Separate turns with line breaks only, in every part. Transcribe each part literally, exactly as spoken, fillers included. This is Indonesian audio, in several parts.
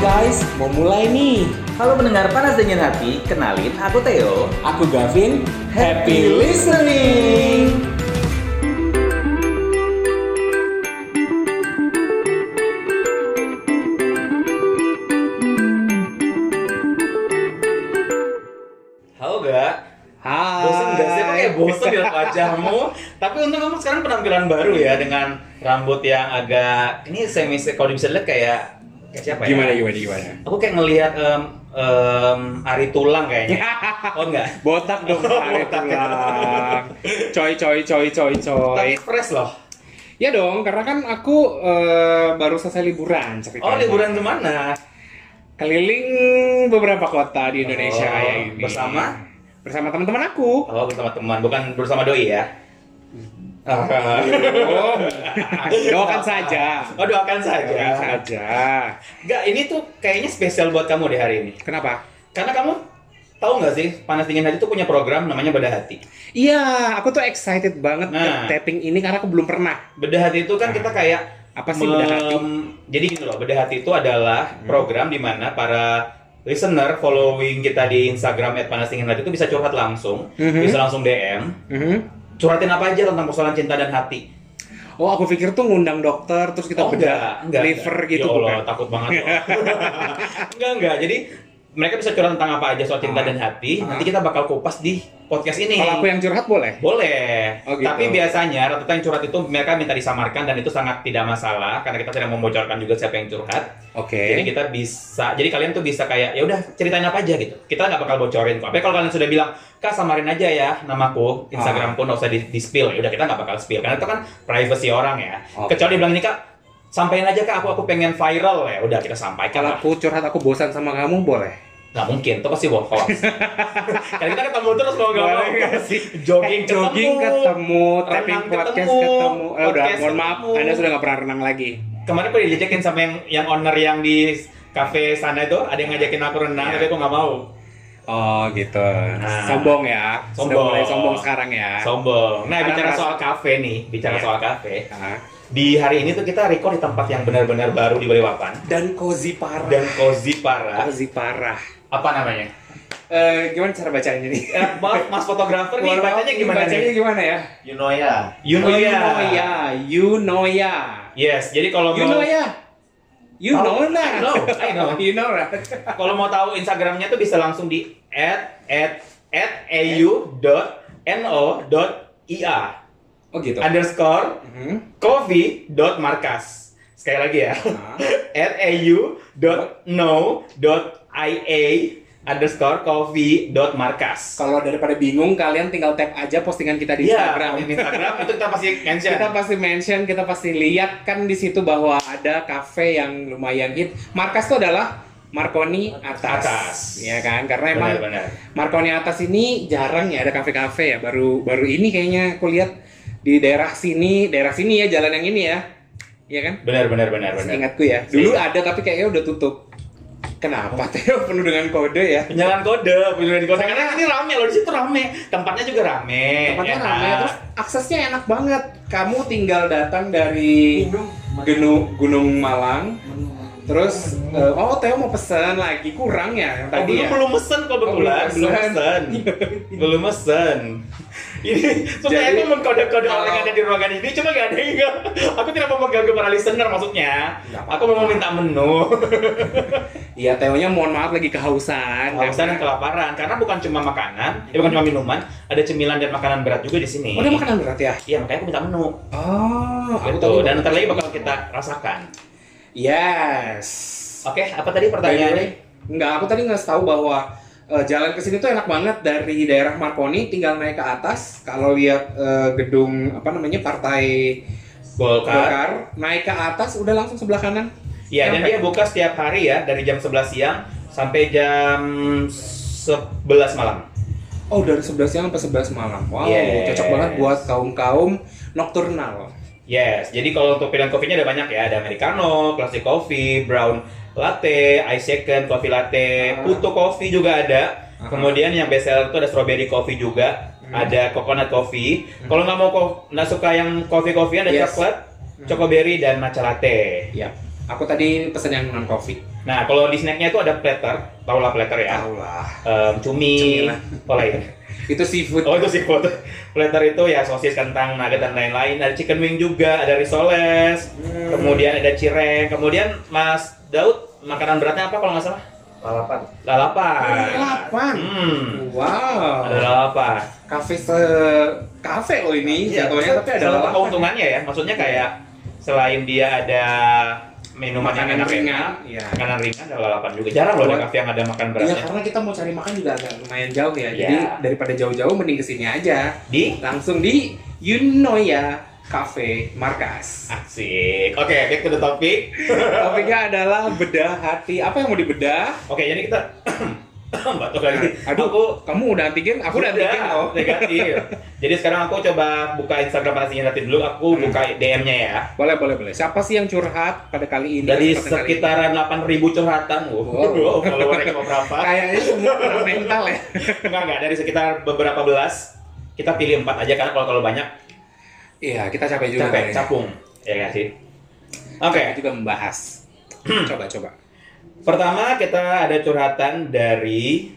guys, mau mulai nih.
Halo pendengar Panas Dingin Hati, kenalin aku Theo.
Aku Gavin. Happy listening.
Halo Gak?
Hai.
Bosan gak sih? Kok kayak bosan lihat wajahmu? Tapi untung kamu sekarang penampilan baru ya, dengan rambut yang agak ini semi, kalau bisa lihat kayak kayak siapa ya?
Gimana gimana gimana?
Aku kayak ngelihat um, um, Ari Tulang kayaknya. Oh enggak?
Botak dong, Ari Tulang. Coy coy coy coy coy.
Tapi fresh loh.
Ya dong, karena kan aku eh, baru selesai liburan ceritanya.
Oh, liburan kemana?
Keliling beberapa kota di Indonesia
Oh,
kayak ini.
bersama?
Bersama teman-teman aku.
Oh, bersama teman, bukan bersama doi ya?
Oh, doakan saja.
Oh, doakan saja.
Doakan saja.
Enggak, ini tuh kayaknya spesial buat kamu deh hari ini.
Kenapa?
Karena kamu tahu nggak sih, Panas Dingin Hati tuh punya program namanya Bedah Hati.
Iya, aku tuh excited banget
Nah.
ke tapping ini karena aku belum pernah.
Bedah Hati itu kan
Nah,
kita kayak
apa sih Bedah Hati?
Jadi gitu loh, Bedah Hati itu adalah program di mana para listener following kita di Instagram et panas dingin hati itu bisa curhat langsung,
Mhm.
bisa langsung D M,
Mhm.
curhatin apa aja tentang persoalan cinta dan hati.
Oh, aku pikir tuh ngundang dokter terus kita
Oh,
bedah
enggak, enggak,
liver
enggak.
gitu
Ya Allah,
bukan?
takut banget loh. Enggak, enggak. Jadi mereka bisa curhat tentang apa aja soal cinta
Ah.
dan hati.
Ah.
Nanti kita bakal kupas di podcast ini.
Kalau aku yang curhat boleh?
Boleh.
Oh, gitu.
Tapi biasanya rata-rata yang curhat itu mereka minta disamarkan dan itu sangat tidak masalah karena kita tidak membocorkan juga siapa yang curhat.
Oke.
Jadi kita bisa, jadi kalian tuh bisa kayak ya udah ceritain apa aja gitu. Kita nggak bakal bocorin kok. Tapi kalau kalian sudah bilang, "Kak, samarin aja ya namaku, Instagramku nggak usah di, di spill." Ya udah kita nggak bakal spill karena itu kan privacy orang ya.
Oke.
Kecuali bilang ini, "Kak, sampaikan aja Kak, aku aku pengen viral." Ya udah kita sampaikan.
Kalau
lah.
aku curhat aku bosan sama kamu boleh?
Nggak mungkin, itu pasti bohong. Karena kita ketemu terus mau nggak mau.
Boleh nggak sih?
Jogging,
Eh, jogging ketemu, tapping
renang
podcast
ketemu,
ketemu. Eh, udah,
podcast
mohon maaf,
ketemu.
Anda sudah nggak pernah renang lagi.
Kemarin aku diajakin sama yang yang owner yang di cafe sana itu, ada yang ngajakin aku renang,
Ya.
tapi aku nggak mau.
Oh gitu.
Nah.
Sombong ya. Sudah
Sombong.
mulai sombong sekarang ya.
Sombong. Nah,
Karena
bicara
merasa-
soal kafe nih, bicara
Iya.
soal kafe.
Ah.
Di hari ini tuh kita record di tempat yang benar-benar baru di Balikpapan
Dan cozy parah.
dan cozy parah.
cozy parah.
Apa namanya?
Eh, gimana cara bacanya nih?
Eh, maaf, Mas fotografer nih,
Mohon maaf,
bacanya gimana
bacanya
nih?
gimana ya?
Yunoya.
Yunoya.
Yunoya. Yunoya.
Yes, jadi kalau mau
Yunoya. You
Tahu?
know lah.
I know, I know.
You know lah.
kalau mau tahu Instagramnya tuh bisa langsung di at at at au dot no dot ia
Oh gitu.
underscore
Mhm.
coffee dot markas. Sekali lagi ya.
Ah.
at au dot no dot ia underscore coffee dot markas.
Kalau daripada bingung, kalian tinggal tap aja postingan kita di
Iya,
Instagram.
di Instagram itu kita pasti mention.
Kita pasti mention, kita pasti lihat kan di situ bahwa ada cafe yang lumayan hit. Markas itu adalah Marconi atas.
Atas.
Ya kan? Karena emang
Benar-benar.
Marconi atas ini jarang ya ada kafe-kafe ya. Baru baru ini kayaknya aku lihat di daerah sini, daerah sini ya, jalan yang ini ya. Iya kan?
Benar benar benar benar.
Ingatku ya. Dulu ada tapi kayaknya udah tutup. Kenapa Theo penuh dengan kode ya?
Penjalan kode, penjalan kode. Karena ini rame loh, di situ rame. Tempatnya juga rame.
Tempatnya
ya
ramai,
kan?
terus aksesnya enak banget. Kamu tinggal datang dari Gunung Gunung Malang, terus eh, oh Theo mau pesan lagi kurang ya yang
Oh,
tadi
belum,
ya.
belum mesen kok kebetulan,
Oh,
belum
belum
mesen, belum mesen. Ini supaya
Jadi,
aku mengkode-kode orang
kalau-
yang ada di ruangan ini, cuma gak ada yang nggak. Aku tidak mau mengganggu para listener maksudnya.
Nggak
Aku mau minta menu.
Iya, Theo-nya mohon maaf lagi kehausan.
Kehausan dan
karena-
kelaparan, karena bukan cuma makanan, ya bukan cuma minuman, ada cemilan dan makanan berat juga di sini.
Oh, ada makanan berat ya?
Iya, makanya aku minta menu.
Oh, aku
Gitu.
tahu.
Dan ntar lagi bakal kita rasakan.
Yes.
Oke, apa tadi pertanyaannya?
Enggak, aku tadi nggak tahu bahwa eh, jalan ke sini tuh enak banget dari daerah Marconi, tinggal naik ke atas. Kalau lihat eh, gedung apa namanya Partai
Golkar.
Golkar, naik ke atas udah langsung sebelah kanan.
Iya, dan
Nyampe.
dia buka setiap hari ya, dari jam sebelas siang sampai jam sebelas malam.
Oh, dari sebelas siang sampai sebelas malam. Wow,
Yes.
cocok banget buat kaum-kaum nokturnal.
Yes, jadi kalau untuk pilihan kopinya ada banyak ya, ada americano, classic coffee, brown latte, ice shaken, coffee latte,
Ah.
putu coffee juga ada.
Ah.
Kemudian yang best seller itu ada strawberry coffee juga,
Hmm.
ada coconut coffee. Kalau nggak mau ko- nggak suka yang coffee coffee ada
Yes.
coklat, chocoberry dan matcha latte.
Yap. Aku tadi pesen yang non coffee.
Nah, kalau di snacknya itu ada platter, tau lah platter ya?
Tahu lah.
Um, cumi, apa lagi?
Itu seafood.
Oh itu seafood. Platter itu ya sosis, kentang, nugget dan lain-lain. Ada chicken wing juga, ada risoles, hmm. kemudian ada cireng. Kemudian Mas Daud makanan beratnya apa kalau nggak salah?
Lalapan.
Lalapan.
Lalapan.
Hmm.
Wow.
Ada lalapan.
Kafe se kafe loh ini
Ya,
jatuhnya, tapi ada
salah satu
lalapan.
keuntungannya ya. Maksudnya kayak selain dia ada minuman yang
Makanan
enak
ringan, iya.
makanan ringan ada lalapan juga. Jarang loh ada kafe yang ada makan
Iya,
beratnya.
karena kita mau cari makan juga agak lumayan jauh ya.
Iya.
Jadi daripada jauh-jauh mending kesini aja.
Di
Langsung di Yunoya Cafe Markas.
asik. Oke, back to the topic.
Topiknya adalah bedah hati. Apa yang mau dibedah?
Oke, jadi kita batuk lagi.
Aduh,
Aku
kamu udah antigen? Aku udah antigen loh.
negatif. Jadi sekarang aku coba buka Instagram pastinya nanti dulu. Aku
Hmm.
buka D M-nya ya.
Boleh, boleh, boleh. Siapa sih yang curhat pada kali ini?
Dari
Kesempatan kali
sekitaran delapan ribu curhatan. Wow,
Wow.
followernya cuma berapa?
ini? Kayaknya semua kena mental ya.
Enggak, enggak. Dari sekitar beberapa belas. Kita pilih empat aja karena kalau kalau banyak
Iya, kita capek juga.
capek,
kayaknya.
capung. Ya nggak sih? Oke.
Capek juga membahas. Coba, coba.
Pertama kita ada curhatan dari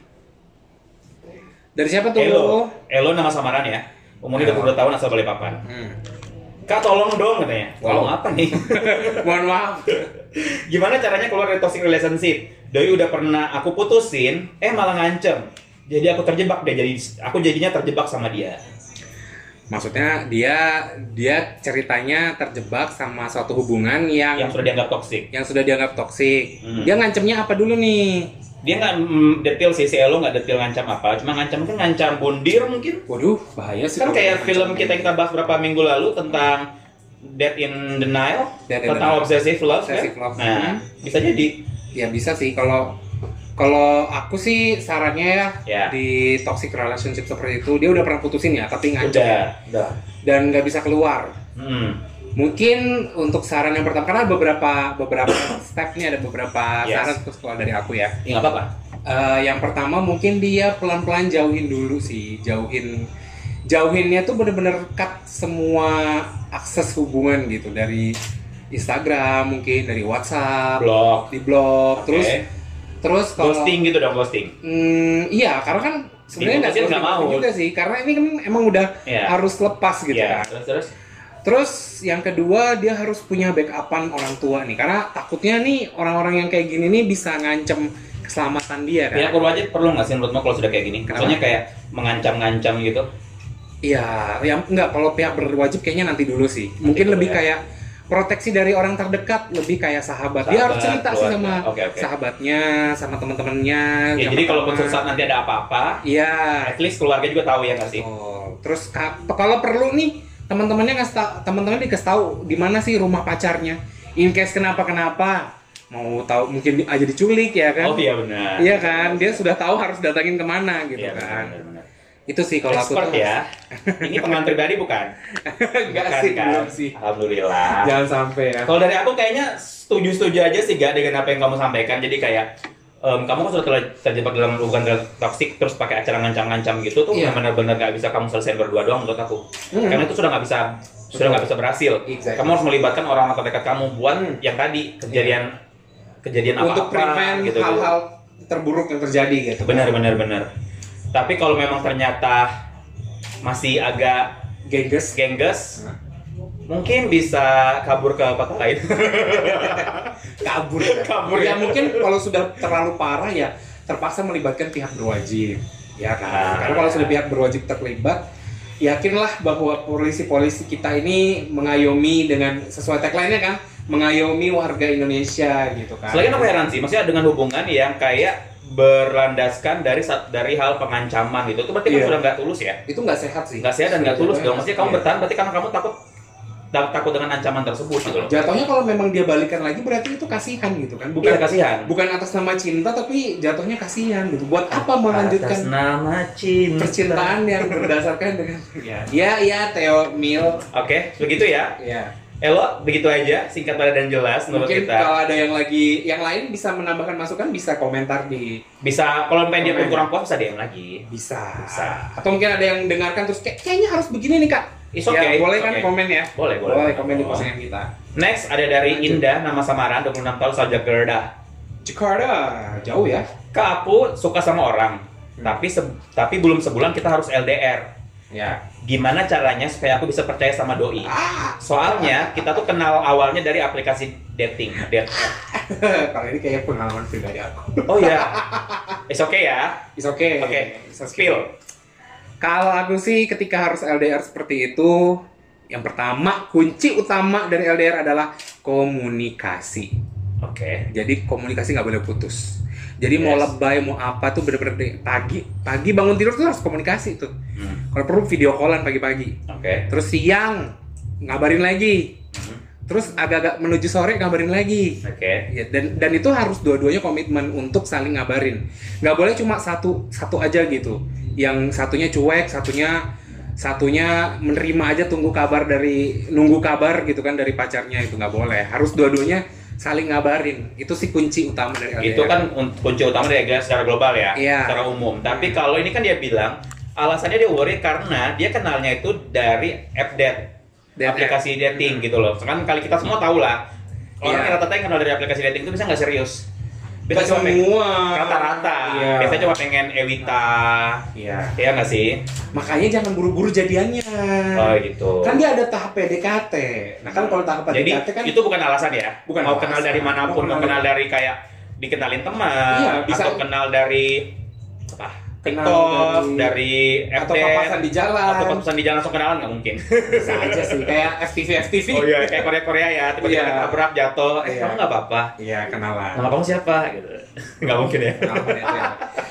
Dari siapa tuh?
Elo. Elo nama samaran ya. Umurnya dua puluh dua tahun asal Balikpapan.
Hmm.
Kak tolong dong katanya.
Wow.
Tolong apa nih?
Mohon maaf.
Gimana caranya keluar dari toxic relationship? Doi udah pernah aku putusin, eh malah ngancem. Jadi aku terjebak deh. Jadi aku jadinya terjebak sama dia.
Maksudnya dia dia ceritanya terjebak sama suatu hubungan yang
Yang sudah dianggap toxic.
yang sudah dianggap toksik.
Hmm.
Dia ngancemnya apa dulu nih?
Dia nggak mm, detail sih, si Elo nggak detail ngancam apa. Cuma ngancam kan ngancam bundir mungkin.
Waduh, bahaya sih.
Kan
kalau
kayak
ngancam
film
kayak
kita yang
gitu.
kita bahas beberapa minggu lalu tentang Death in Denial,
Death in
tentang
Denial.
obsessive love,
Obsessive
kan?
love.
Nah,
Hmm.
bisa jadi.
Ya bisa sih kalau kalau aku sih sarannya ya,
Ya.
di toxic relationship seperti itu dia udah pernah putusin ya, tapi ngancem
Udah, udah.
dan nggak bisa keluar.
Hmm.
Mungkin untuk saran yang pertama karena beberapa beberapa step nih ada beberapa
Yes.
saran terus keluar dari aku ya.
Ya nggak apa-apa.
Eh, yang pertama mungkin dia pelan-pelan jauhin dulu sih, jauhin jauhinnya tuh bener-bener cut semua akses hubungan gitu dari Instagram mungkin dari WhatsApp,
Blok.
di blog,
Oke.
terus terus kalau
Ghosting gitu dong, ghosting.
Hmm, iya, karena kan sebenarnya nggak
Diputusin nggak
ghosting
mau.
juga sih, karena ini kan emang udah
Iya.
harus lepas gitu
Ya,
kan.
terus terus.
Terus yang kedua dia harus punya backupan orang tua nih, karena takutnya nih orang-orang yang kayak gini nih bisa ngancem keselamatan dia kan.
Pihak berwajib perlu nggak sih menurutmu kalau sudah kayak gini?
Kenapa?
Maksudnya kayak mengancam-ngancam gitu.
Iya, yang enggak kalau pihak berwajib kayaknya nanti dulu sih. Mungkin
dulu
lebih
ya.
kayak proteksi dari orang terdekat, lebih kayak sahabat. Dia
Sahabat,
harus cerita sih sama
keluarga. Oke, oke.
sahabatnya, sama teman-temannya.
Ya,
sama
jadi kalaupun
teman.
suatu saat nanti ada apa-apa,
Iya.
at least keluarga juga tahu ya nggak sih?
Oh, terus ka- kalau perlu nih teman-temannya ngasih tahu, teman-teman dikasih tahu di mana sih rumah pacarnya. In case kenapa-kenapa, mau tahu mungkin aja diculik ya kan?
Oh iya benar.
Iya kan, dia sudah tahu harus datangin kemana gitu
Iya,
kan.
benar, benar.
Itu sih kalau aku
Expert
tuh.
ya. Ini pengalaman pribadi bukan?
Enggak
Bukan,
sih,
kan?
belum sih.
Alhamdulillah.
Jangan sampai ya.
Kalau dari aku kayaknya setuju-setuju aja sih gak dengan apa yang kamu sampaikan. Jadi kayak em, kamu kan sudah ter- terjebak dalam hubungan toksik terus pakai acara ngancam-ngancam gitu tuh
Iya.
benar-benar nggak bisa kamu selesaiin berdua doang menurut aku.
Hmm.
Karena itu sudah nggak bisa sudah nggak bisa berhasil.
Exactly.
Kamu harus melibatkan orang terdekat kamu buat
Hmm.
yang tadi kejadian kejadian apa-apa
Untuk prevent
gitu.
hal-hal terburuk yang terjadi gitu. kan.
Benar benar benar. Tapi kalau memang ternyata masih agak
Gengges.
gengges,
Hah?
mungkin bisa kabur ke kota lain.
Kabur. ya.
Kabur,
ya
ya.
mungkin kalau sudah terlalu parah ya terpaksa melibatkan pihak berwajib. Ya kan.
Ah.
Karena kalau sudah pihak berwajib terlibat, yakinlah bahwa polisi-polisi kita ini mengayomi dengan sesuai tagline-nya kan, mengayomi warga Indonesia gitu kan.
Selain aku heran sih, maksudnya dengan hubungan yang kayak berlandaskan dari sat- dari hal pengancaman gitu, itu berarti kan
Iya.
sudah nggak tulus ya?
Itu nggak sehat sih.
Nggak sehat dan nggak tulus dong. Maksudnya kamu
Iya.
bertahan berarti karena kamu takut tak- takut dengan ancaman tersebut gitu loh.
Jatuhnya kalau memang dia balikan lagi berarti itu kasihan gitu kan.
Bukan
Bukan
kasihan.
bukan atas nama cinta tapi jatuhnya kasihan gitu. Buat apa
Atas
melanjutkan
nama cinta.
percintaan yang berdasarkan dengan ya ya ya Theo Mil
Oke, begitu ya.
ya.
Elo, begitu aja, singkat padat dan jelas menurut
Mungkin
kita.
kalau ada yang lagi yang lain bisa menambahkan masukan bisa komentar di
Bisa kalau pengen dia pun
Komen.
kurang puas bisa D M lagi.
bisa.
Bisa.
Atau mungkin ada yang dengarkan terus kayak kayaknya harus begini nih Kak.
It's
Ya,
okay,
boleh
it's
kan
okay.
komen ya.
Boleh, boleh.
Boleh komen di postingan kita.
Next ada dari Indah, nama samaran, dua puluh enam tahun, asal Jakarta.
Jakarta, jauh ya?
Kak, aku suka sama orang, hmm. tapi se tapi belum sebulan kita harus L D R.
Ya.
Gimana caranya supaya aku bisa percaya sama doi?
Ah.
Soalnya kita tuh kenal awalnya dari aplikasi dating, date app.
Kalau ini kayak pengalaman pribadi aku.
Oh ya, it's okay ya.
It's okay.
Oke, okay. Spill.
Kalau aku sih ketika harus L D R seperti itu, yang pertama kunci utama dari L D R adalah komunikasi.
Oke. Okay.
Jadi komunikasi nggak boleh putus. Jadi yes. mau lebay mau apa tuh bener-bener pagi pagi bangun tidur tuh harus komunikasi tuh. Hmm. Kalau perlu video callan pagi-pagi. Oke. Okay. Terus siang ngabarin lagi. Hmm. Terus agak-agak menuju sore ngabarin lagi. Oke. Okay. Ya, dan dan itu harus dua-duanya komitmen untuk saling ngabarin. Nggak boleh cuma satu satu aja gitu. Yang satunya cuek, satunya satunya menerima aja tunggu kabar dari nunggu kabar gitu kan dari pacarnya, itu nggak boleh. Harus dua-duanya saling ngabarin. Itu sih kunci utama dari L D R.
Itu kan kunci utama dari L D R secara global ya,
yeah.
secara umum. Tapi kalau ini kan dia bilang alasannya dia worry karena dia kenalnya itu dari app date, aplikasi dating gitu loh. Kan kali kita semua tahu lah orang yeah. rata-rata yang kenal dari aplikasi dating itu bisa nggak serius. Bisa cuma semua rata-rata. Iya. Biasanya cuma pengen Ewita. Iya. Iya nggak sih?
Makanya jangan buru-buru jadiannya.
Oh gitu.
Kan dia ada tahap P D K T. Nah kan kalau tahap P D K T kan
itu bukan alasan ya. Bukan mau alasan. Kenal dari manapun, mau kenal dari kayak dikenalin teman, iya, bisa. Atau kenal dari apa? TikTok, dari, dari
atau papasan di jalan,
atau papasan di jalan langsung kenalan nggak mungkin.
Bisa aja sih, kayak F T V F T V.
Oh iya, kayak Korea Korea ya, tiba-tiba
iya.
ketabrak jatuh, eh iya. kamu nggak apa-apa.
Iya kenalan.
Nama kamu siapa? Gitu. Nggak mungkin ya.
ya.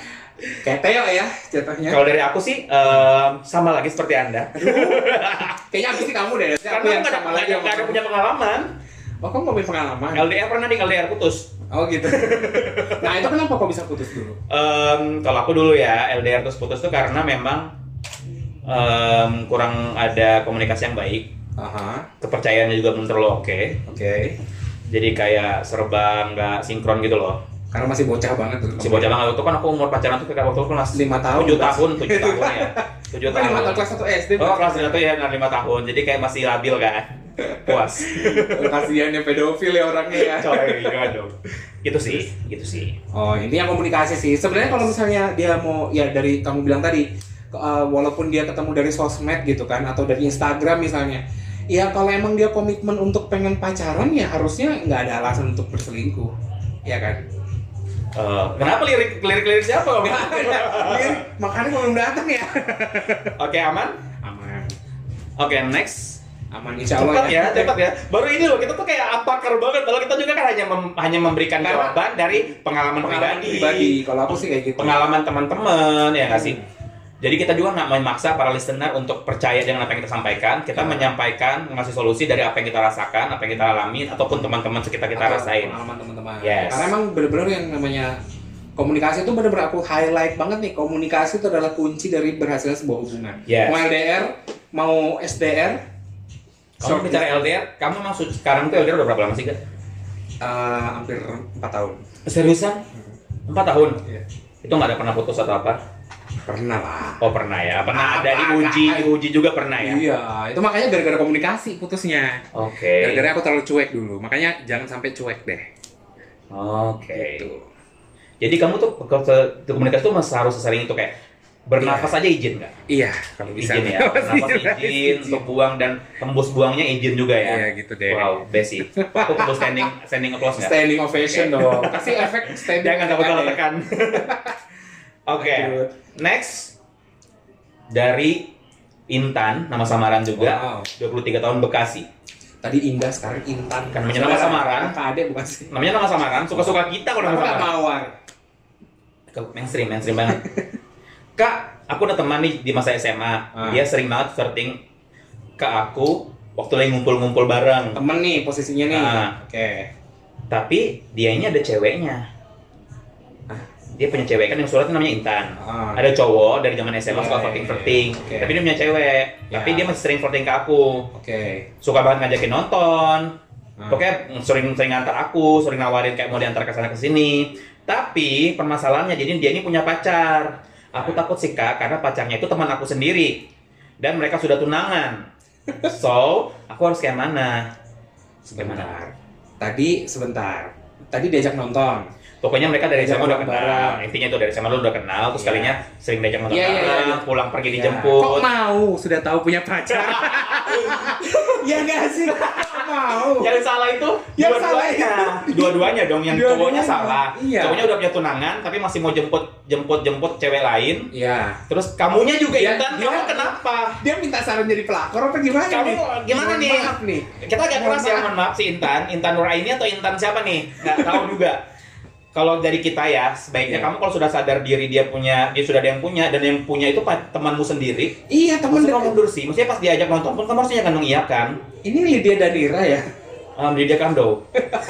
Kayak Theo ya jatuhnya.
Kalau dari aku sih um, sama lagi seperti Anda.
Aduh, kayaknya abis ini kamu deh.
Karena aku nggak ada, ada, ada punya pengalaman.
Oh, kamu mau punya pengalaman?
L D R pernah di L D R putus.
Oh gitu. Nah itu kenapa kok bisa putus dulu?
Um, kalau aku dulu ya L D R terus putus tuh karena memang um, kurang ada komunikasi yang baik. Aha. Kepercayaannya juga belum terlalu oke. Okay.
Oke. Okay.
Jadi kayak serba nggak sinkron gitu loh.
Karena masih bocah banget tuh.
Masih bocah banget. Itu kan aku umur pacaran tuh kayak waktu itu kelas
lima tahun.
tujuh tahun, tujuh tahun ya. tujuh tahun.
lima tahun kelas satu S D.
Oh, kelas satu ya, lima tahun. Jadi kayak masih labil kan. Puas.
Kasihannya pedofil ya orangnya ya.
Coy, enggak dong. Gitu sih, gitu sih.
Oh, intinya komunikasi sih. Sebenarnya kalau misalnya dia mau ya dari kamu bilang tadi, uh, walaupun dia ketemu dari sosmed gitu kan atau dari Instagram misalnya. Ya kalau emang dia komitmen untuk pengen pacaran ya harusnya nggak ada alasan untuk berselingkuh. Ya kan?
Uh, kenapa lirik lirik lirik siapa kamu?
Lirik makanya belum datang ya.
Oke, aman?
Aman.
Oke, okay, next.
Aman insya Allah
cepat ya, cepat ya. Baru ini loh kita tuh kayak apakar banget. Kalau kita juga kan hanya mem, hanya memberikan Karena jawaban dari pengalaman,
pengalaman
pribadi.
pribadi. Kalau aku sih kayak gitu.
Pengalaman teman-teman ya nggak hmm. sih. Jadi kita juga nggak memaksa para listener untuk percaya dengan apa yang kita sampaikan. Kita hmm. menyampaikan, ngasih solusi dari apa yang kita rasakan, apa yang kita alami, ataupun teman-teman sekitar kita
Atau
rasain.
Pengalaman teman-teman.
Yes.
Karena emang benar-benar yang namanya komunikasi itu benar-benar aku highlight banget nih. Komunikasi itu adalah kunci dari berhasilnya sebuah hubungan.
Yes.
Mau L D R, mau S D R.
Kamu bicara L D R, kamu maksud sekarang tuh L D R udah berapa lama sih, Kak?
Uh, hampir empat tahun.
Seriusan? empat tahun?
Iya.
Itu nggak ada pernah putus atau apa?
Pernah lah.
Oh pernah ya, pernah ada diuji, diuji juga pernah ya?
Iya, itu makanya gara-gara komunikasi putusnya.
Oke. Okay.
Gara-gara aku terlalu cuek dulu, makanya jangan sampai cuek deh.
Oke. Okay.
Gitu.
Jadi kamu tuh kalau komunikasi tuh masih harus sesering itu kayak bernafas iya. aja izin nggak?
Iya, kalau bisa.
Izin ya, bernafas izin, untuk buang dan tembus buangnya izin juga ya?
Iya gitu deh.
Wow, basic. Aku perlu standing, standing applause nggak?
Standing ovation dong. Kasih efek standing.
Jangan takut salah tekan. Oke, okay. Next dari Intan, nama samaran juga, wow. dua puluh tiga tahun Bekasi.
Tadi Indah, sekarang Intan.
Kan namanya nama samaran.
Kakak adek bukan sih?
Namanya nama samaran, suka-suka kita kalau nama samaran.
Mawar.
Mainstream, mainstream banget. Kak, aku udah teman nih di masa S M A. Ah. Dia sering banget flirting ke aku waktu lagi ngumpul-ngumpul bareng.
Temen nih posisinya nih.
Ah.
Oke. Okay.
Tapi dia ini ada ceweknya. Ah. Dia punya cewek kan yang suratnya namanya Intan. Ah. Ada cowok dari zaman S M A yeah, suka flirting-flirting. Okay. Tapi dia punya cewek. Yeah. Tapi dia masih sering flirting ke aku.
Oke. Okay.
Suka banget ngajakin nonton. Ah. Pokoknya sering-sering ngantar aku, sering nawarin kayak mau diantar ke sana ke sini. Tapi permasalahannya jadi dia ini punya pacar. Aku takut sih Kak, karena pacarnya itu teman aku sendiri dan mereka sudah tunangan. So, aku harus kayak mana?
Sebentar. Tadi sebentar. Tadi diajak nonton.
Pokoknya mereka dari S M A udah kenal.
Bareng.
Intinya tuh dari S M A lu udah kenal, terus
Iya.
kalinya sering diajak nonton
Iya, iya,
bareng,
iya.
pulang pergi
Kok
dijemput.
mau? Sudah tahu punya pacar. Ya nggak sih? Kok mau?
Yang salah itu
Yang
dua-duanya. Dua-duanya dong, yang
Dua-duanya.
cowoknya salah.
Iya.
Cowoknya udah punya tunangan tapi masih mau jemput jemput jemput cewek lain.
Iya.
Terus kamunya juga
Dia-
Intan,
dia-
kamu kenapa?
Dia minta saran jadi pelakor apa gimana
Kamu
nih?
gimana
Mohon
nih?
Maaf nih.
Kita agak
Mohon
keras ya,
maaf.
mohon maaf si Intan, Intan Nuraini atau Intan siapa nih? Nggak tahu juga. Kalau dari kita ya, sebaiknya
Iya.
kamu kalau sudah sadar diri dia punya, dia sudah ada yang punya, dan yang punya itu pa- temanmu sendiri.
Iya temen
Maksudnya kamu
deket.
mundur sih, maksudnya pas diajak nonton pun kamu harusnya jangan mengiyakan.
Ini Lydia Danira ya?
Um, dia Kando.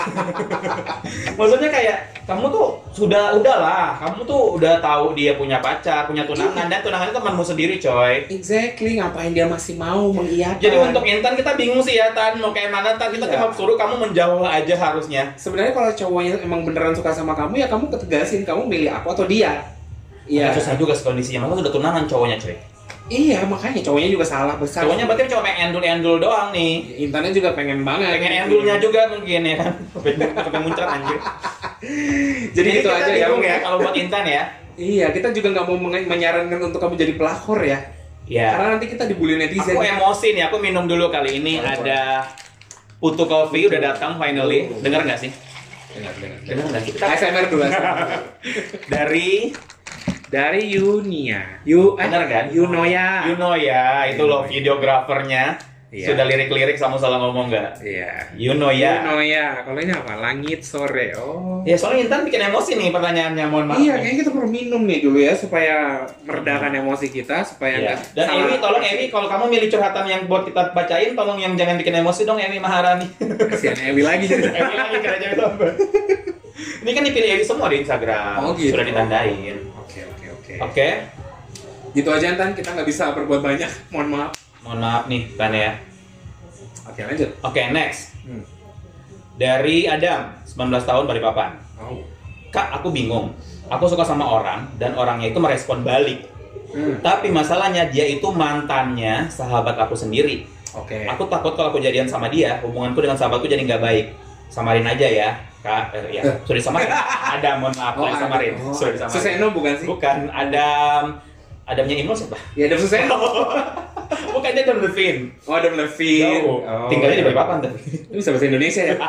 Maksudnya kayak kamu tuh sudah udahlah, kamu tuh udah tahu dia punya pacar, punya tunangan, dan tunangannya temanmu sendiri, coy.
Exactly, ngapain dia masih mau mengiyakan?
Jadi untuk Intan kita bingung sih ya, Tan, mau kayak mana Tan, kita
Iya.
cuma suruh kamu menjauh aja harusnya.
Sebenarnya kalau cowoknya emang beneran suka sama kamu ya kamu ketegasin kamu milih aku atau dia.
Iya.
Iya.
Susah juga kondisinya, malah udah tunangan cowoknya, coy.
Iya, makanya cowoknya juga salah besar.
Cowoknya berarti cuma pengen endul-endul doang nih.
Intannya juga pengen banget.
Pengen endulnya juga mungkin ya kan. Sampai muncrat anjir.
Jadi gitu
kita
aja ya.
bingung ya kalau buat Intan ya.
Iya, kita juga nggak mau menge- menyarankan untuk kamu jadi pelakor ya.
Ya.
Karena nanti kita dibully netizen.
Aku emosi nih, aku minum dulu kali ini.
Boleh,
Ada Putu Coffee udah datang finally. Dengar nggak sih?
Dengar, dengar.
Dengar nggak sih? Kita
A S M R dulu. A S M R.
dari
Dari Yunia. Yu, eh,
Bener kan?
Yunoya.
You know ya, itu loh videografernya.
Iya.
Sudah lirik-lirik sama salah ngomong nggak?
Iya.
You know ya.
Yunoya. Kalau ini apa? Langit sore. Oh.
Ya soalnya Intan bikin emosi nih pertanyaannya, mohon maaf.
Iya,
nih.
kayaknya kita perlu minum nih dulu ya supaya meredakan emosi kita supaya
Iya.
nggak
Dan
salah.
Ewi, tolong Ewi, kalau kamu milih curhatan yang buat kita bacain, tolong yang jangan bikin emosi dong, Ewi Maharani.
Kasihan Ewi lagi jadi.
Ewi lagi kerja itu apa? Ini kan dipilih Ewi semua di Instagram,
Oh, gitu.
sudah ditandain.
Oke, oke, oke.
Oke,
Gitu aja Tan, kita nggak bisa berbuat banyak. Mohon maaf.
mohon maaf nih, Tan ya.
Oke, lanjut.
Oke, next.
Hmm.
Dari Adam, sembilan belas tahun, Balikpapan.
Oh.
Kak, aku bingung. Aku suka sama orang, dan orangnya itu merespon balik.
Hmm.
Tapi masalahnya dia itu mantannya sahabat aku sendiri.
Oke.
Aku takut kalau aku jadian sama dia, hubunganku dengan sahabatku jadi nggak baik. Samarin aja ya, Kak. Eh, ya, sudah disamarin. Ada, mohon maaf,
Oh,
oh, disamarin.
ada. Oh,
Sudah disamarin.
Suseno bukan sih?
Bukan, ada Adamnya Imron siapa?
Ya, ada Suseno.
Bukan, dia Adam Levine.
Oh, ada Levine.
Jauh.
Oh,
Tinggalnya di
iya.
Balikpapan tapi.
Ini bisa bahasa Indonesia ya?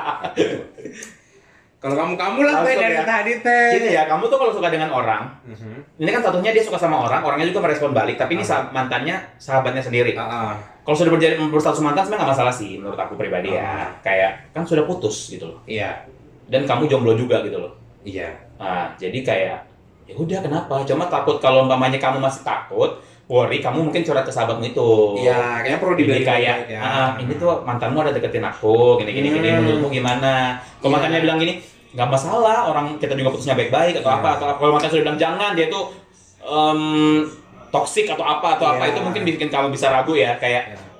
Kalau kamu kamu lah Teh,
Langsung
dari
ya.
tadi Teh.
Gini ya, kamu tuh kalau suka dengan orang,
Mhm.
ini kan satunya dia suka sama orang, orangnya juga merespon balik, tapi ini
Ah.
sah- mantannya sahabatnya sendiri.
Ah, ah.
Kalau sudah berjadi berstatus mantan sebenarnya nggak masalah sih menurut aku pribadi
Ah.
ya. Kayak kan sudah putus gitu loh.
Iya.
Dan kamu jomblo juga gitu loh.
Iya.
Nah, jadi kayak ya udah kenapa? Cuma takut kalau umpamanya kamu masih takut, worry kamu mungkin curhat ke sahabatmu itu.
Iya, kayaknya perlu
Jadi
dibilang
kayak,
baik-baik ya.
ah, ini tuh mantanmu ada deketin aku, gini gini gini,
Hmm.
menurutmu gimana? Kalau
Iya.
mantannya bilang gini, nggak masalah, orang kita juga putusnya baik-baik atau
Iya.
apa, atau kalau mantan sudah bilang jangan, dia tuh em, toksik atau apa atau apa,
Iya.
itu mungkin bikin kamu bisa ragu ya, kayak
Iya.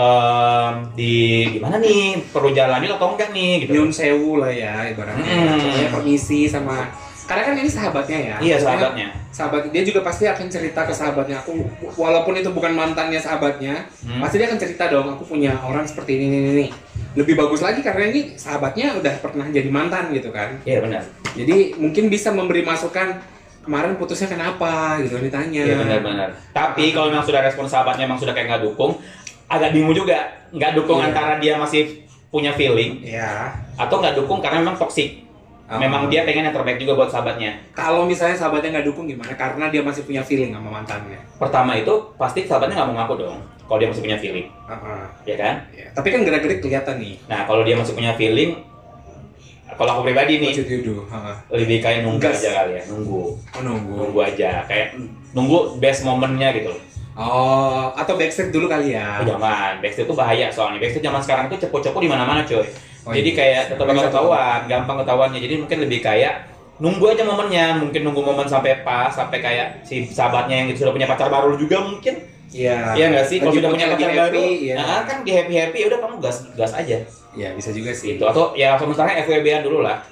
em, di gimana nih, perlu jalanin atau enggak nih gitu.
Nyun sewu lah ya ibaratnya.
Hmm.
Pokoknya permisi sama karena kan ini sahabatnya ya.
Iya,
Maksudnya,
sahabatnya.
Sahabat dia juga pasti akan cerita ke sahabatnya. Aku walaupun itu bukan mantannya sahabatnya,
Hmm.
pasti dia akan cerita dong. Aku punya orang seperti ini ini ini. Lebih bagus lagi karena ini sahabatnya udah pernah jadi mantan gitu kan.
Iya benar.
Jadi mungkin bisa memberi masukan kemarin putusnya kenapa gitu ditanya.
Iya benar-benar. Tapi kalau memang sudah respon sahabatnya memang sudah kayak nggak dukung, agak bingung juga. Nggak dukung
Iya.
antara dia masih punya feeling
Iya.
atau nggak dukung karena memang toksik.
Oh.
Memang dia pengen yang terbaik juga buat sahabatnya.
Kalau misalnya sahabatnya nggak dukung gimana? Karena dia masih punya feeling sama mantannya.
Pertama itu pasti sahabatnya nggak mau ngaku dong. Kalau dia masih punya feeling,
Heeh.
ya kan?
Iya. Tapi kan gerak-gerik kelihatan nih.
Nah kalau dia masih punya feeling, kalau aku pribadi nih
What you do? Heeh.
lebih kayak nunggu
Gas.
aja kali ya, nunggu,
Oh, nunggu.
nunggu aja, kayak nunggu best momennya gitu.
Oh, atau backstreet dulu kali ya.
Oh, jangan, backstreet itu bahaya soalnya. Backstreet zaman sekarang itu cepo-cepo di mana-mana coy.
Oh,
Jadi
iya.
kayak tetap bakal
Bisa
ketahuan, gampang ketahuannya. Jadi mungkin lebih kayak nunggu aja momennya, mungkin nunggu momen sampai pas, sampai kayak si sahabatnya yang sudah punya pacar baru juga mungkin.
Iya.
Iya nggak sih? Kalau
Lagi
sudah punya
lagi
pacar
happy,
baru,
iya.
nah kan di happy happy ya udah kamu gas gas aja.
Iya, bisa juga sih.
Gitu. Atau ya sementara F W B-an dulu lah.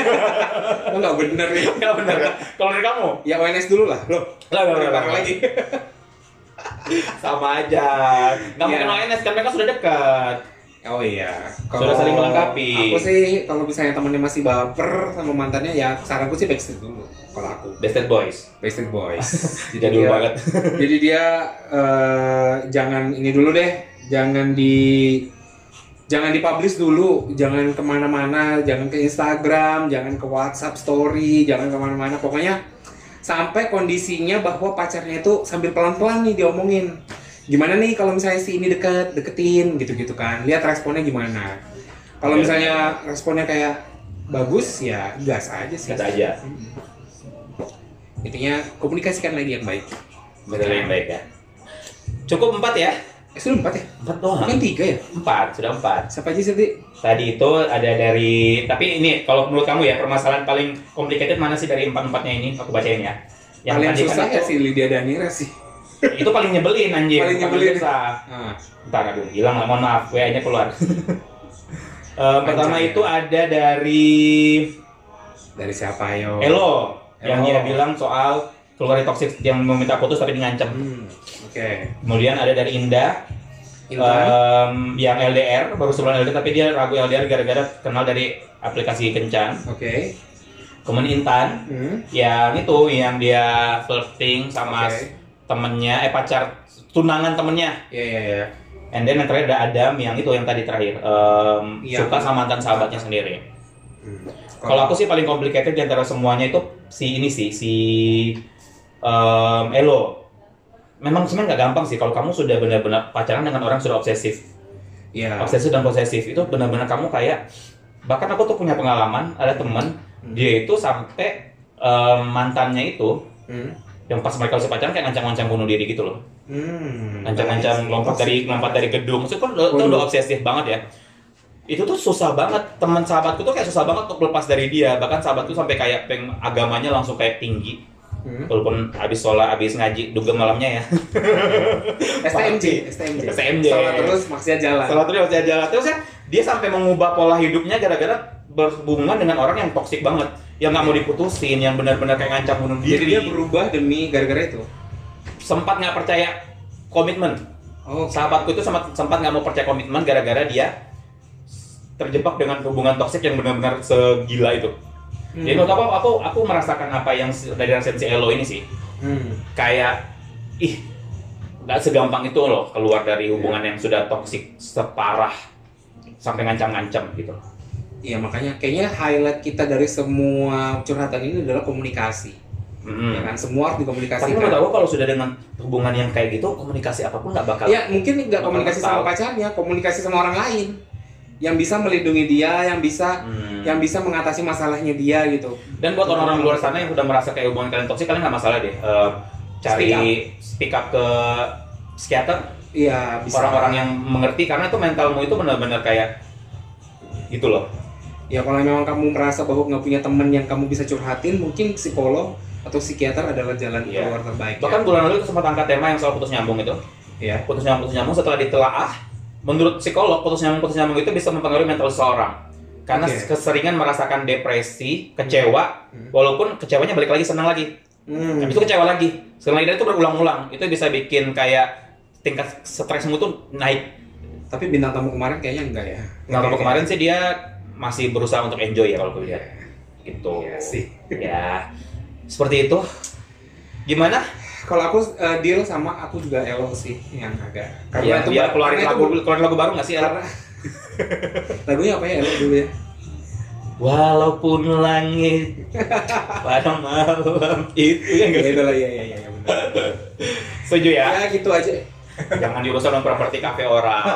Oh, nggak bener nih.
Nggak bener kan? Kalau dari kamu?
Ya O N S dulu lah. Loh.
Lah, lah, lah, lah.
Bentar lagi.
Sama aja. Nggak
Iya.
mungkin O N S kan mereka sudah dekat.
Oh iya.
Sudah saling melengkapi.
Aku sih kalau misalnya temennya masih baper sama mantannya ya saranku sih Backstreet dulu. Kalau aku.
Backstreet Boys.
Backstreet Boys.
Jadul
dia,
banget.
Jadi dia uh, jangan ini dulu deh, jangan di jangan dipublish dulu, jangan kemana-mana, jangan ke Instagram, jangan ke WhatsApp Story, jangan kemana-mana. Pokoknya sampai kondisinya bahwa pacarnya itu sambil pelan-pelan nih diomongin. Gimana nih kalau misalnya si ini deket, deketin gitu-gitu kan. Lihat responnya gimana. Kalau misalnya responnya kayak bagus ya gas aja sih.
Gas aja.
Intinya komunikasikan lagi yang baik.
Betul yang baik ya. Cukup empat ya?
Eh, sudah empat ya?
Empat doang.
Kan tiga ya?
Empat, sudah empat.
Siapa aja sih tadi?
Tadi itu ada dari, tapi ini kalau menurut kamu ya permasalahan paling complicated mana sih dari empat-empatnya ini? Aku bacain ya.
Yang paling susah ya si Lydia Danira sih.
Itu paling nyebelin anjir.
Paling nyebelin.
Susah.
Ah.
Ntar aduh, hilang lah, mohon maaf, W A-nya keluar. uh, pertama itu ada dari
dari siapa yo?
Elo, yang
Elo.
dia bilang soal keluar dari toxic yang meminta putus tapi ngancam.
Hmm, Oke. Okay.
Kemudian ada dari Indah,
Intan?
um, yang L D R, baru sebulan L D R tapi dia ragu L D R gara-gara kenal dari aplikasi Kencan.
Oke. Okay.
Kemudian Intan,
Hmm.
yang itu yang dia flirting sama
Okay.
temennya, eh pacar tunangan temennya.
Iya iya iya.
And then yang terakhir ada Adam yang itu yang tadi terakhir um,
Yang-
suka sama mantan sahabatnya sendiri.
Hmm.
Kalau aku sih paling complicated di antara semuanya itu si ini sih si um, Elo. Memang sebenarnya nggak gampang sih kalau kamu sudah benar-benar pacaran dengan orang sudah obsesif,
Iya.
obsesif dan posesif itu benar-benar kamu kayak bahkan aku tuh punya pengalaman ada teman
Hmm.
dia itu sampai um, mantannya itu
Hmm.
yang pas mereka masih pacaran kayak ngancam-ngancam bunuh diri gitu loh.
Hmm.
Ngancam-ngancam lompat dari lompat dari gedung. Maksudnya kan udah, itu udah obsesif banget ya. Itu tuh susah banget. Teman sahabatku tuh kayak susah banget untuk lepas dari dia. Bahkan sahabatku sampai kayak peng agamanya langsung kayak tinggi.
Hmm.
Walaupun habis sholat, habis ngaji, dugem malamnya ya.
S T M J, S T M J.
S T M J.
Salah terus maksudnya jalan.
Sholat terus dia jalan. Terus ya dia sampai mengubah pola hidupnya gara-gara berhubungan dengan orang yang toksik banget. Yang nggak mau diputusin, yang benar-benar kayak ngancam bunuh diri.
Jadi dia berubah demi gara-gara itu.
Sempat nggak percaya komitmen.
Oh,
Sahabatku itu sempat sempat nggak mau percaya komitmen gara-gara dia terjebak dengan hubungan toksik yang benar-benar segila itu.
Hmm.
Jadi menurut aku, aku aku merasakan apa yang si- dari rasain si Elo ini sih.
Hmm.
Kayak ih nggak segampang itu loh keluar dari hubungan yang sudah toksik separah sampai ngancam-ngancam gitu.
Iya makanya kayaknya highlight kita dari semua curhatan ini adalah komunikasi.
Mm.
Ya kan semua harus
Tapi
dikomunikasikan.
menurut aku kalau sudah dengan hubungan yang kayak gitu komunikasi apapun nggak bakal.
Ya mungkin nggak
bakal
komunikasi
tahu.
sama pacarnya, komunikasi sama orang lain yang bisa melindungi dia, yang bisa
Hmm.
yang bisa mengatasi masalahnya dia gitu.
Dan buat orang-orang di luar sana yang udah merasa kayak hubungan kalian toksik, kalian nggak masalah deh eh, cari speak up ke psikiater,
Iya bisa.
orang-orang yang mengerti karena itu mentalmu itu benar-benar kayak gitu loh.
Ya kalau memang kamu merasa bahwa nggak punya teman yang kamu bisa curhatin, mungkin psikolog atau psikiater adalah jalan
Iya.
keluar terbaik.
Bahkan
ya.
bulan lalu itu sempat angkat tema yang soal putus nyambung itu.
Iya.
Putus nyambung putus nyambung setelah ditelaah, menurut psikolog putus nyambung putus nyambung itu bisa mempengaruhi mental seseorang. Karena
Oke.
keseringan merasakan depresi, kecewa,
Hmm.
walaupun kecewanya balik lagi senang lagi.
Hmm.
Habis itu kecewa lagi. Sekali lagi dan itu berulang-ulang. Itu bisa bikin kayak tingkat stresmu tuh naik.
Tapi bintang tamu kemarin kayaknya enggak ya.
Nah, kalau kemarin sih dia masih berusaha untuk enjoy ya kalau gue lihat. Gitu.
Iya sih.
Ya. Seperti itu. Gimana?
Kalau aku eh, deal sama aku juga Elo sih yang agak
Ya, dia keluarin
karena
lagu
itu-
keluarin lagu baru nggak sih? Ella?
karena lagunya apa ya Elo dulu ya?
Walaupun langit pada malam itu ya
Ya
nggak sih?
itu lah ya ya ya, ya benar.
Setuju ya?
Ya gitu aja.
Jangan diurusan dengan properti kafe orang.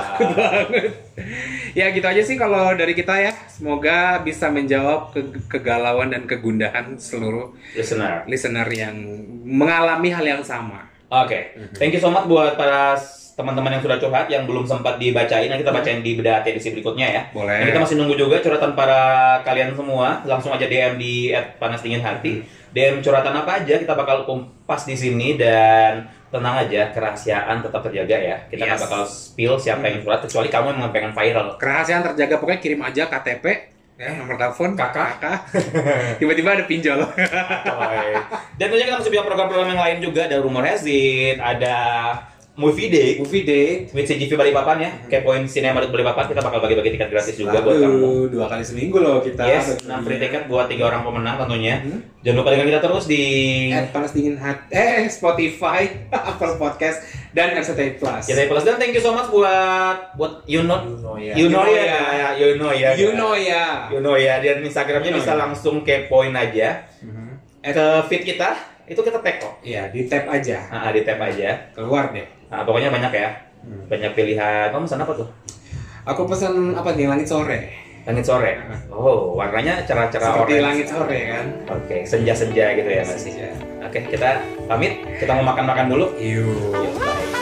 Ya gitu aja sih kalau dari kita ya. Semoga bisa menjawab ke- kegalauan dan kegundahan seluruh
Listener.
listener yang mengalami hal yang sama.
Oke, thank you so much buat para s- teman-teman yang sudah curhat yang belum sempat dibacain. Nanti kita bacain di bedah edisi berikutnya ya.
Boleh.
Dan kita masih nunggu juga curhatan para kalian semua. Langsung aja D M di et panas dingin hati. D M curhatan apa aja kita bakal kumpas di sini dan tenang aja, kerahasiaan tetap terjaga ya. Kita nggak
Yes.
bakal spill siapa yang curhat kecuali kamu yang pengen viral.
Kerahasiaan terjaga, pokoknya kirim aja K T P ya, nomor telepon
Kakak.
kakak. Tiba-tiba ada pinjol.
Coy. Dan tentunya kita masih punya program-program yang lain juga. Ada Rumor Has It, ada movie date
movie date
with C G V Balikpapan ya, kepoin Cinema Balikpapan, kita bakal bagi-bagi tiket gratis juga buat kamu.
Aduh, dua kali seminggu loh kita.
Yes, nah free tiket buat tiga orang pemenang tentunya.
Hmm?
Jangan lupa dengan kita terus di
At Panas Dingin Hati, eh Spotify, Apple Podcast dan R C T I Plus.
R C T I Plus, dan thank you so much buat buat you know
You know ya.
you know
You know
ya,
ya.
you know ya,
You know ya.
you know ya, dan Instagramnya
You know
bisa
ya.
langsung kepoin aja
Mhm.
ke feed kita, itu kita tag kok.
Iya, di tap aja.
Nah, di tag aja.
Keluar deh.
Nah, pokoknya banyak ya.
Hmm.
Banyak pilihan. Kamu pesan apa tuh?
Aku pesan apa nih? Langit sore.
Langit sore. Oh, warnanya cerah-cerah
Seperti
orange.
langit sore kan.
Oke, senja-senja gitu ya masih.
Senja.
Oke, kita pamit. Kita mau makan-makan dulu.
Yuk.
Yuk, bye.